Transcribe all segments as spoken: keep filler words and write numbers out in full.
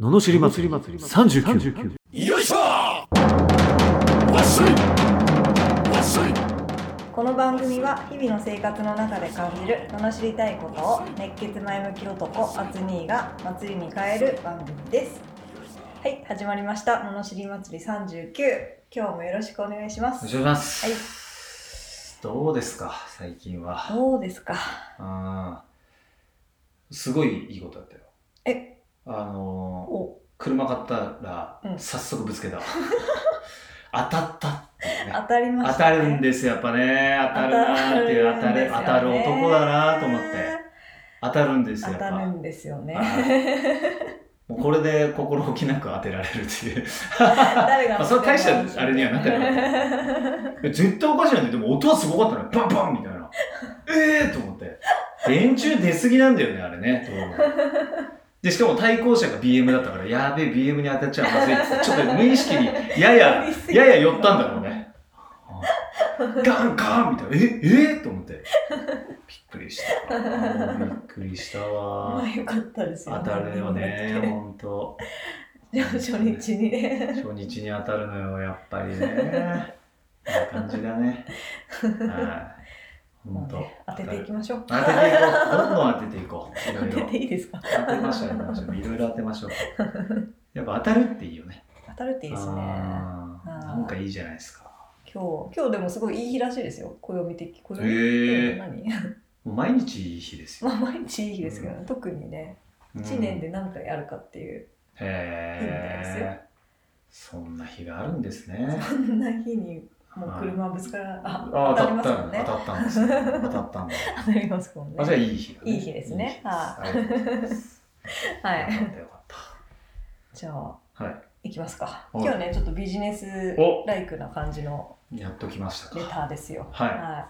ののしり祭りさんじゅうきゅう。 よいしょわっしょいわっしょい。 この番組は日々の生活の中で感じる罵りたいことを熱血前向き男アツニーが祭りに変える番組です。はい、始まりました罵り祭りさんじゅうきゅう。今日もよろしくお願いします。 お願いします。 はい。 どうですか最近は。 どうですか。 あすごいいいことだったよ。 えあのー、 お車買ったら、 うん、 早速ぶつけた。当たったっていうね。 当たりましたね。 当たるんですよやっぱね。当たるなーっていう当たる、当たる男だなと思って。当たるんですよやっぱ。 当たるんですよね。 もうこれで心置きなく当てられるっていう。 誰がまあそれ大したあれにはなってない絶対おかしいなんで、でも音はすごかったね。バンバンみたいな。えーと思って。電柱出過ぎなんだよね、あれね。で、しかも対向車が ビーエム だったから、やべえ ビーエム に当たっちゃうまずいって、ちょっと無意識にやや、やや寄ったんだろうね。ガンガンみたいな。ええー、と思って。びっくりした。びっくりしたわ。 まあよかったですよね。 当たるよね、ほんと。 じゃあ初日にね。 初日に当たるのよ、やっぱりね。こんな感じだね。はい。ほんと、 ね、当てていきましょう。 当てていこう。どんどん当てていこう。いろいろ。 当てていいですか。 当てましょう、当てましょう。いろいろ当てましょう。やっぱ当たるっていいよね。 当たるっていいですね。 なんかいいじゃないですか。 今日、今日でもすごいいい日らしいですよ。暦的。暦へー。 何もう毎日いい日ですよ。 まあ毎日いい日ですけど、ね、うん、特にね、いちねんで何回あるかっていう日みたいですよ。 へー。そんな日があるんですね。 そんな日にもう車ぶつから、あ、 あ当たりますもんね。 当たったんですね。当たったんだ。 当たりますもんね。 あ、じゃあいい日だね。 いい日ですね。はい。はい。よかったよかった。じゃあ、はい、いきますか。今日ね、ちょっとビジネスライクな感じのやっときましたか。 レターですよ。 はい。 はい、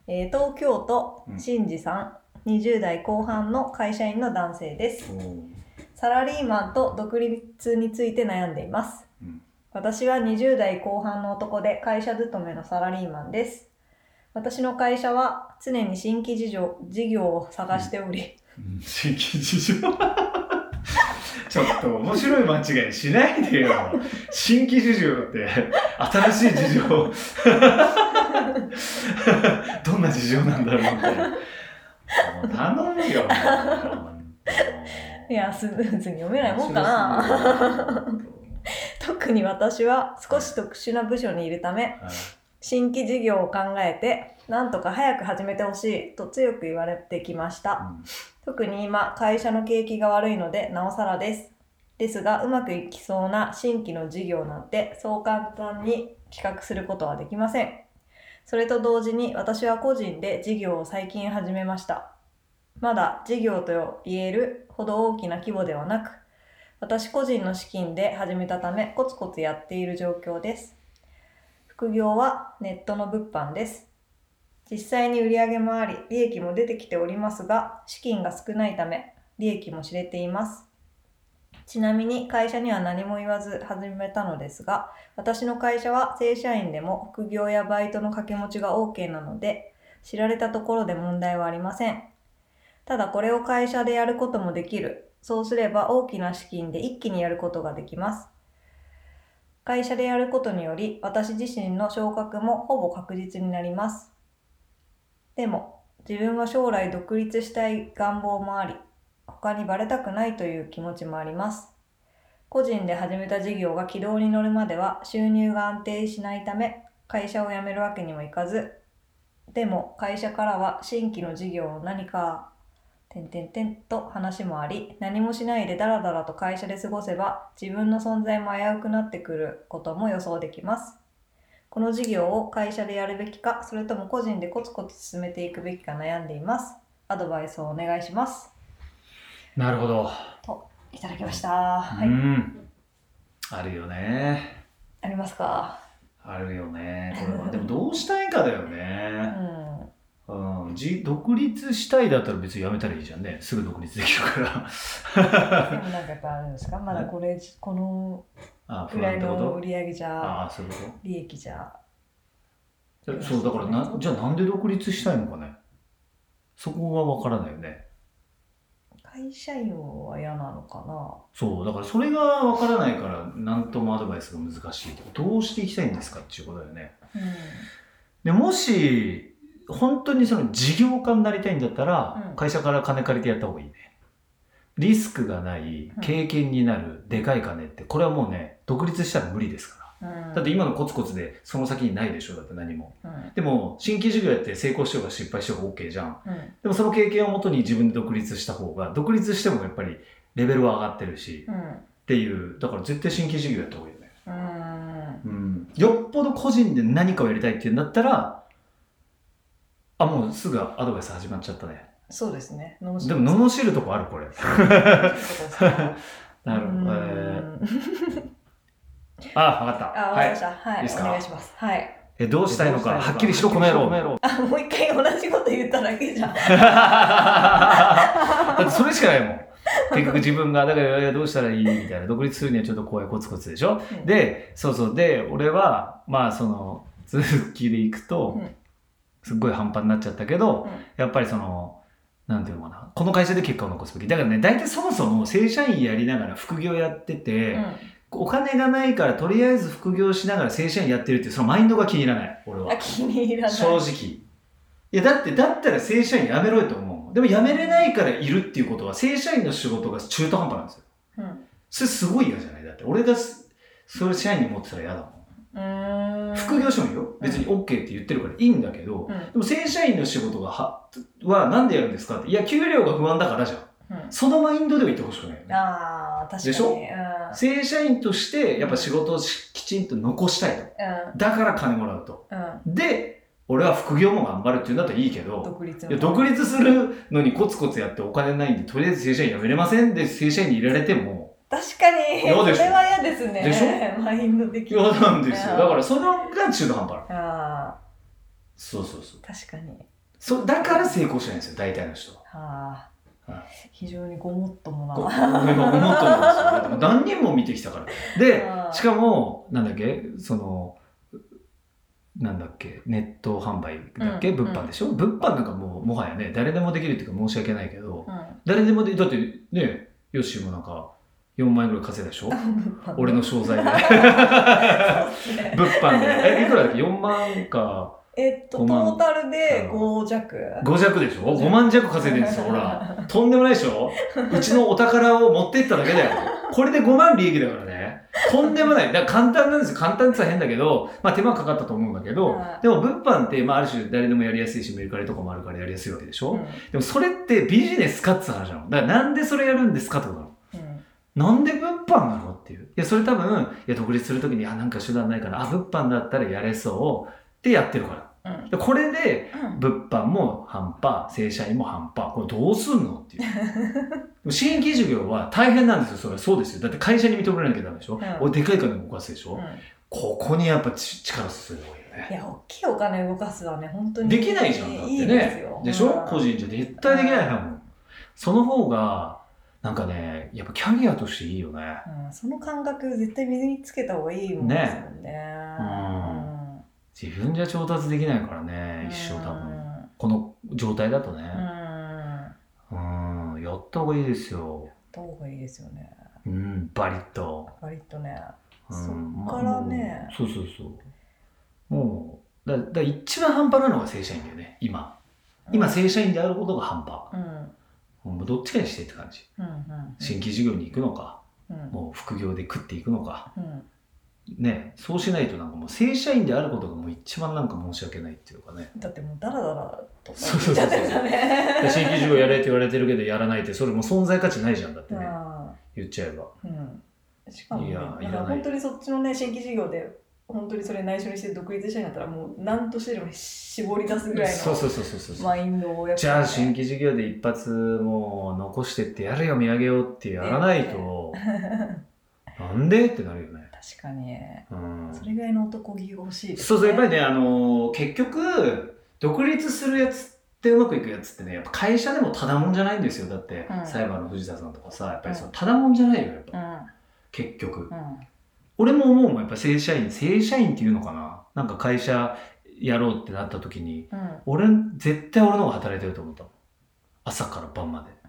えー、東京都新次さん、にじゅう代後半の会社員の男性です。サラリーマンと独立について悩んでいます。うん、私はにじゅう代後半の男で会社勤めのサラリーマンです。私の会社は常に新規事業、事業を探しており、 うんうん、新規事業ちょっと面白い間違いしないでよ。新規事業って新しい事情どんな事情なんだろうって。もう頼むよ。 いや、スムーズに読めないもんかな。特に私は少し特殊な部署にいるため、はい、新規事業を考えてなんとか早く始めてほしいと強く言われてきました。うん、特に今会社の景気が悪いのでなおさらです。ですがうまくいきそうな新規の事業なんてそう簡単に企画することはできません。それと同時に私は個人で事業を最近始めました。まだ事業と言えるほど大きな規模ではなく、私個人の資金で始めたためコツコツやっている状況です。副業はネットの物販です。実際に売り上げもあり、利益も出てきておりますが、資金が少ないため、利益も知れています。ちなみに会社には何も言わず始めたのですが、私の会社は正社員でも副業やバイトの掛け持ちが OK なので、知られたところで問題はありません。ただこれを会社でやることもできる。そうすれば大きな資金で一気にやることができます。会社でやることにより、私自身の昇格もほぼ確実になります。でも、自分は将来独立したい願望もあり、他にバレたくないという気持ちもあります。個人で始めた事業が軌道に乗るまでは収入が安定しないため、会社を辞めるわけにもいかず、でも会社からは新規の事業を何か、てんてんてんと話もあり、何もしないでダラダラと会社で過ごせば、自分の存在も危うくなってくることも予想できます。この事業を会社でやるべきか、それとも個人でコツコツ進めていくべきか悩んでいます。アドバイスをお願いします。 なるほど。 と、いただきました。はい。 うん。あるよね。 ありますか。 あるよね。これはでもどうしたいかだよね。うんうん、じ独立したいだったら別にやめたらいいじゃんね。すぐ独立できるからでもなんかやっぱあるんですか。まだこれこのぐらいの売り上げじゃ、 ああ、そういうこと。 利益じゃ。 そうだからな、じゃあなんで独立したいのかね。そこがわからないよね。 会社員は嫌なのかな。 そうだからそれがわからないから何ともアドバイスが難しい。どうしていきたいんですかっていうことだよね。 うん、 でもし本当にその事業家になりたいんだったら、 うん、 会社から金借りてやった方がいいね。リスクがない経験になるでかい金ってこれはもうね独立したら無理ですから、うん、だって今のコツコツでその先にないでしょ。だって何も、うん、でも新規事業やって成功しようが失敗しようが OK じゃん、うん、でもその経験をもとに自分で独立した方が独立してもやっぱりレベルは上がってるし、うん、っていうだから絶対新規事業やった方がいいよね、うんうん、よっぽど個人で何かをやりたいっていうんだったらあもうすぐアドバイス始まっちゃったね。 そうですね。 でも罵るとこあるこれ。なるほど。えー、あ、分かった。 あ、分かりました。はい。 いいですか？ お願いします。はい。 え、どうしたいのかはっきりしろこの野郎。 あ、もう一回同じこと言っただけじゃん。だってそれしかないもん。結局自分がだからいやどうしたらいいみたいな独立するにはちょっとこうやコツコツでしょ。うん、で、そうそうで俺はまあその続きでいくと。うんすっごい半端になっちゃったけど、うん、やっぱりそのなんていうのかなこの会社で結果を残すべきだからね。大体そもそも正社員やりながら副業やってて、うん、お金がないからとりあえず副業しながら正社員やってるっていうそのマインドが気に入らない俺は。 気に入らない正直。いやだってだったら正社員やめろよと思う。でもやめれないからいるっていうことは正社員の仕事が中途半端なんですよ、うん、それすごい嫌じゃない。だって俺がそれ社員に持ってたら嫌だもん。うーん副業してもいいよ別に OK って言ってるからいいんだけど、うん、でも正社員の仕事が は, はなんでやるんですかっていや給料が不安だからじゃん、うん、そのマインドではいてほしくないよね。 あ確かにでしょ、うん、正社員としてやっぱ仕事をきちんと残したいと、うん、だから金もらうと、うん、で俺は副業も頑張るっていうんだったらいいけど独 立, いや独立するのにコツコツやってお金ないんでとりあえず正社員辞めれませんで正社員に入れられても確かにそれは嫌ですね。 でしょマインド的に嫌なんですよ。だからそれが中途半端なの。あそうそうそう確かにそだから成功しないんですよ大体の人は。はあ、はあ、非常にごもっともなごもっともですよ。何人も見てきたからでしかもなんだっけそのなんだっけネット販売だっけ、うん、物販でしょ、うん、物販なんかもうもはやね誰でもできるっていうか申し訳ないけど、うん、誰でもでだってねヨッシーもなんかよんまんえんぐらい稼いだでしょ俺の商材で物販でえいくらだっけよんまんかえっとトータルでご弱ご弱でしょごまん弱稼いでるんですよほらとんでもないでしょうちのお宝を持っていっただけだよこれでごまん利益だからねとんでもないだから簡単なんですよ簡単って言ったら変だけどまあ手間かかったと思うんだけどでも物販ってまあある種誰でもやりやすいしメルカリとかもあるからやりやすいわけでしょ、うん、でもそれってビジネスかって話なのだからなんでそれやるんですかってことなのなんで物販なのっていう。いや、それ多分、いや、独立するときに、あ、なんか手段ないから、あ、物販だったらやれそうってやってるから。うん、でこれで、物販も半端、正社員も半端。これどうすんのっていう。新規事業は大変なんですよ。それはそうですよ。だって会社に認められなきゃダメでしょ。うん、俺、でかい金動かすでしょ。うん、ここにやっぱ力するのがいいよね。 いや、大きいお金動かすはね、本当に。 できないじゃん。だってね。いいですよ。でしょ、うん、個人じゃ絶対できないもん。その方が、なんかね、やっぱキャリアとしていいよね。 うん、その感覚絶対身につけた方がいいもんですもんね。ねうん、 自分じゃ調達できないからね、一生多分。この状態だとね。うん、うんやった方がいいですよ。 やった方がいいですよね。 うん、バリッと。 バリッとね。うん、 そっからね、 まあ。そうそうそう。もう、だだ一番半端なのが正社員だよね、今。今、正社員であることが半端。うんもうどっちかにしてって感じ、うんうんうん、新規事業に行くのか、うん、もう副業で食っていくのか、うん、ねそうしないとなんかもう正社員であることがもう一番なんか申し訳ないっていうかねだってもうダラダラとか言っちゃってるからね新規事業やれって言われてるけどやらないってそれも存在価値ないじゃんだってね言っちゃえば、うん、 しかも、ね、いやいらない本当にそっちのね新規事業で本当にそれ内緒にして独立したんだったらもう何としてでも絞り出すぐらいのマインドをやっぱ、ね、 じゃあ新規事業で一発もう残してってやるよ見上げようってやらないと、ね、なんでってなるよね確かに、うん、それぐらいの男気が欲しいですねそうそうやっぱりねあのー、結局独立するやつってうまくいくやつってねやっぱ会社でもただもんじゃないんですよだって、うん、裁判の藤田さんとかさやっぱりそのただもんじゃないよやっぱ、うん、結局、うん俺も思うもんやっぱ正社員正社員っていうのかななんか会社やろうってなった時に、うん、俺絶対俺の方が働いてると思ったもん朝から晩まで、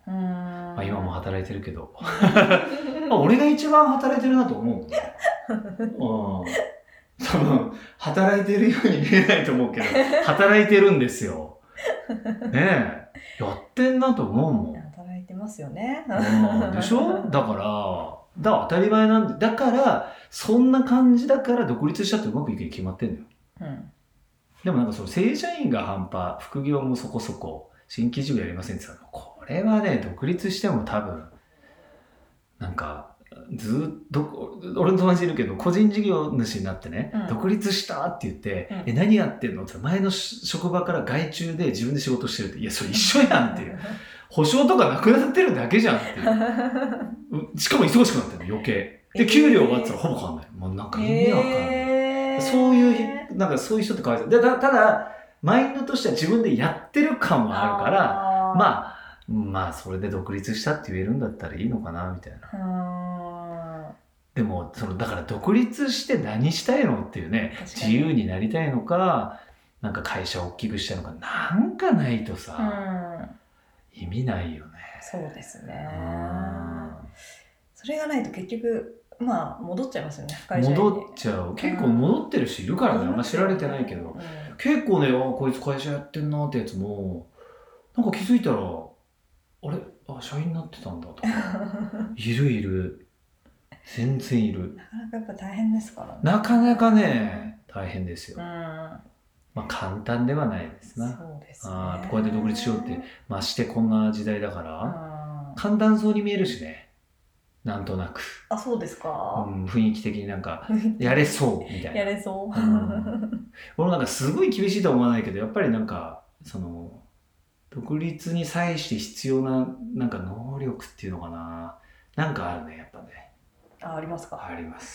うーん、 まあ、今も働いてるけどまあ俺が一番働いてるなと思うもんね。うん多分働いてるように見えないと思うけど働いてるんですよ。ねえやってんなと思うもん。 働いてますよね。 うんでしょ。だからだから当たり前なんで、だからそんな感じだから独立したってうまくいくに決まってんのよ。 うん、 でもなんかその正社員が半端、副業もそこそこ、新規事業やりませんって言ったら、これはね、独立しても多分、なんか、ずっと、俺の友達いるけど、個人事業主になってね、 うん、 独立したって言って、 うん、 え、何やってんのって言ったら、前の職場から外注で自分で仕事してるって、いや、それ一緒やんっていう。保証とかなくなってるだけじゃんっていう。しかも忙しくなってるの、余計。で、給料はって言ったらほぼ変わんない。もうなんか意味わかんない。 えー、 そういう、なんかそういう人ってかわいそう。で、たただ、マインドとしては自分でやってる感はあるから、 あまあ、まあ、それで独立したって言えるんだったらいいのかな、みたいな。 あでも、その、だから独立して何したいのっていうね、自由になりたいのか、なんか会社を大きくしたいのか、なんかないとさ、 うん、 意味ないよね。 そうですね。 うんそれがないと結局、まあ、戻っちゃいますよね、会社に。 戻っちゃう。結構戻ってる人いるからね、あんま知られてないけど。 うん、 結構ね、あこいつ会社やってんなってやつも、なんか気づいたら、あれあ、社員になってたんだとか。いるいる。全然いる。 なかなかやっぱ大変ですからね。 なかなかね、大変ですよ。 うん、 まあ簡単ではないですな。 そうですね。 あこうやって独立しようって、ましてこんな時代だから、 うん、 簡単そうに見えるしね。なんとなく。 あ、そうですか、 うん、雰囲気的になんか、やれそうみたいな。 やれそう。 うん俺なんかすごい厳しいとは思わないけど、やっぱりなんか、その、独立に際して必要な、なんか能力っていうのかな。なんかあるね、やっぱね。 あ、ありますか。 あります。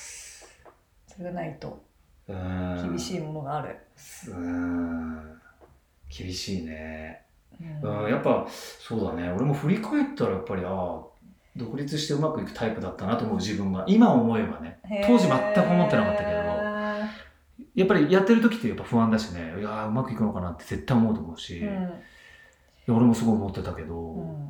それがないとうん厳しいものがある。 うん厳しいね。 うんうん、やっぱそうだね。俺も振り返ったらやっぱりああ独立してうまくいくタイプだったなと思う自分が今思えばね。当時全く思ってなかったけど、やっぱりやってる時ってやっぱ不安だしね。いやーうまくいくのかなって絶対思うと思うし、 うんいや俺もすごい思ってたけど、 う、 うん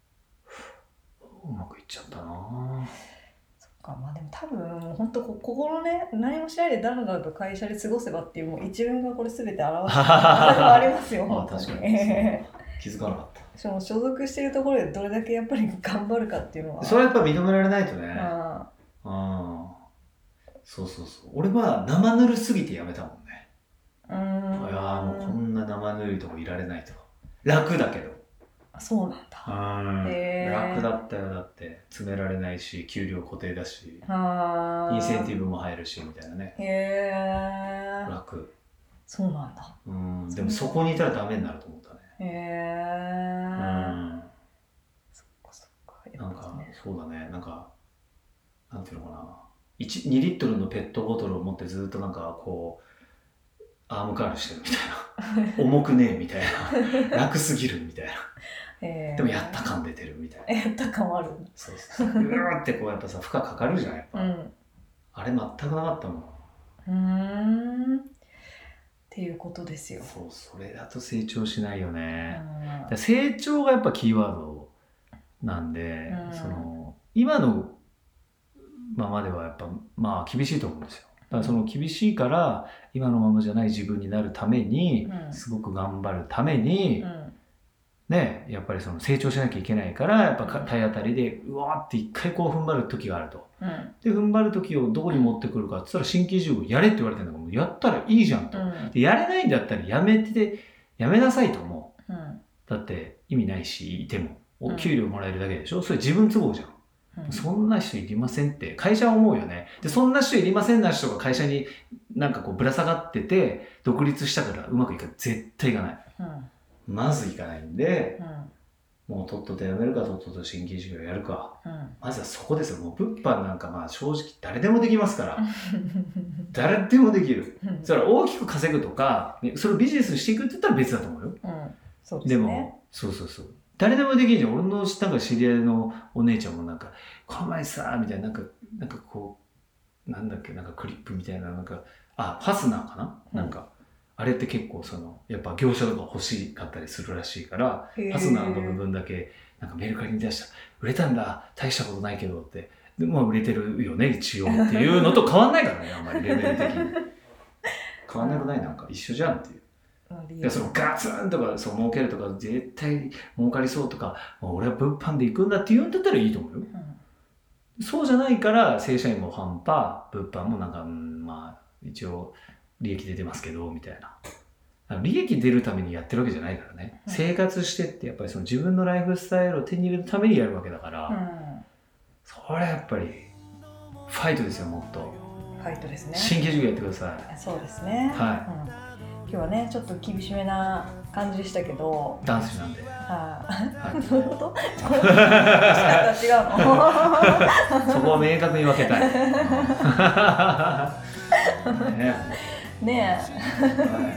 まくいっちゃったな。 そっか、まあでも多分本当こ心ね、何もしないでだらだらと会社で過ごせばっていうもう一文がこれ全て表してるのがありますよ。 あ本当確かに気づかなかった。 その所属してるところでどれだけやっぱり頑張るかっていうのは。 それはやっぱ認められないとね。 あうんそうそうそう。俺は生ぬるすぎてやめたもんね。 ーうーんいやーもうこんな生ぬるいとこいられないと。楽だけど。 あ、そうなんだ。 うんへー楽だったよ。だって詰められないし給料固定だしあーインセンティブも入るしみたいなね。 へえ。 楽。 そうなんだ。 うんでもそこにいたらダメになると思ったね。 へえ。 うんそっかそっか。 なんかねそうだね。なんかなんていうのかな。いちにリットルのペットボトルを持ってずっとなんかこうアームカールしてるみたいな重くねえみたいな楽すぎるみたいなへーでもやった感出てるみたいなやった感はある。 そうそうそううーってこうやっぱさ負荷かかるじゃんやっぱ、 うんあれ全くなかったもん。 うーんっていうことですよ。 そうそれだと成長しないよね、 うんだから成長がやっぱキーワードなんで、 うんその今のままではやっぱまあ厳しいと思うんですよ。だからその厳しいから今のままじゃない自分になるために、 うんすごく頑張るために、 うんねやっぱりその成長しなきゃいけないからやっぱうん体当たりでうわーって一回こう踏ん張る時があると。 うんで踏ん張る時をどこに持ってくるかって言ったら新規事業やれって言われてるんだからもうやったらいいじゃんと。 うんでやれないんだったらやめてやめなさいと思う。 うんだって意味ないしいてもうんお給料もらえるだけでしょ、それ自分都合じゃん。 うんそんな人いりませんって会社は思うよね。でそんな人いりませんな人が会社になんかこうぶら下がってて独立したからうまくいかない絶対いかない。 うんまずいかないんでうんもうとっととやめるかとっとと新規事業やるかうんまずはそこですよ。もう物販なんかまあ正直誰でもできますから誰でもできる。 うんそれは大きく稼ぐとかそれをビジネスにしていくって言ったら別だと思うよ。 うんそうですでね。 もそうそうそう誰でもできるじゃん。俺のなんか知り合いのお姉ちゃんもなんかこの前さみたいななんかなんかこうなんだっけなんかクリップみたいななんかあファスナーかな、 うんなんかあれって結構そのやっぱ業者とか欲しかったりするらしいからへーファスナーの部分だけなんかメルカリに出した売れたんだ大したことないけどってでも売れてるよね一応っていうのと変わんないからねあんまりレベル的に変わんなくないなんか一緒じゃんっていういやそのガツンとかそう儲けるとか絶対儲かりそうとかもう俺は物販で行くんだって言うんだったらいいと思うよ、うん、そうじゃないから正社員も半端物販もなんか、うん、まあ一応利益出てますけどみたいな利益出るためにやってるわけじゃないからね、うん、生活してってやっぱりその自分のライフスタイルを手に入れるためにやるわけだから、うん、それはやっぱりファイトですよもっとファイトですね新規授業やってくださいそうですねはい、 うん今日はねちょっと厳しめな感じでしたけどダンスなんではあ、どういうこと違うのそこは明確に分けたいねえねえ、はい、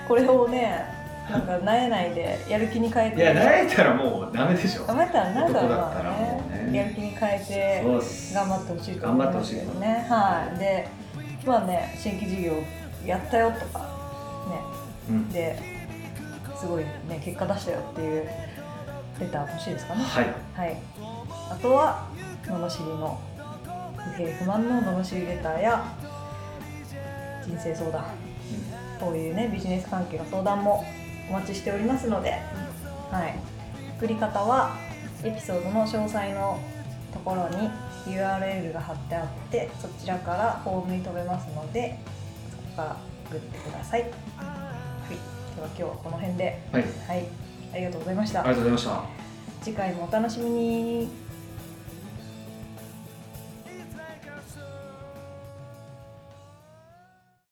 これをねなんか慣れないでやる気に変えていや慣れたらもうダメでしょダメだったらなんだろうだったらもうねやる気に変えて頑張ってほしいと思いますけどねはいでまあね新規事業やったよとかね、うん、ですごいね結果出したよっていうレター欲しいですかねはい、 はい、あとは罵りの不平不満の罵りレターや人生相談、うん、こういうねビジネス関係の相談もお待ちしておりますので、はい、作り方はエピソードの詳細のところに ユーアールエル が貼ってあってそちらからフォームに飛べますのでそこから送ってください。はい、では今日はこの辺で、 はい、 はい、ありがとうございました。 ありがとうございました。 次回もお楽しみに。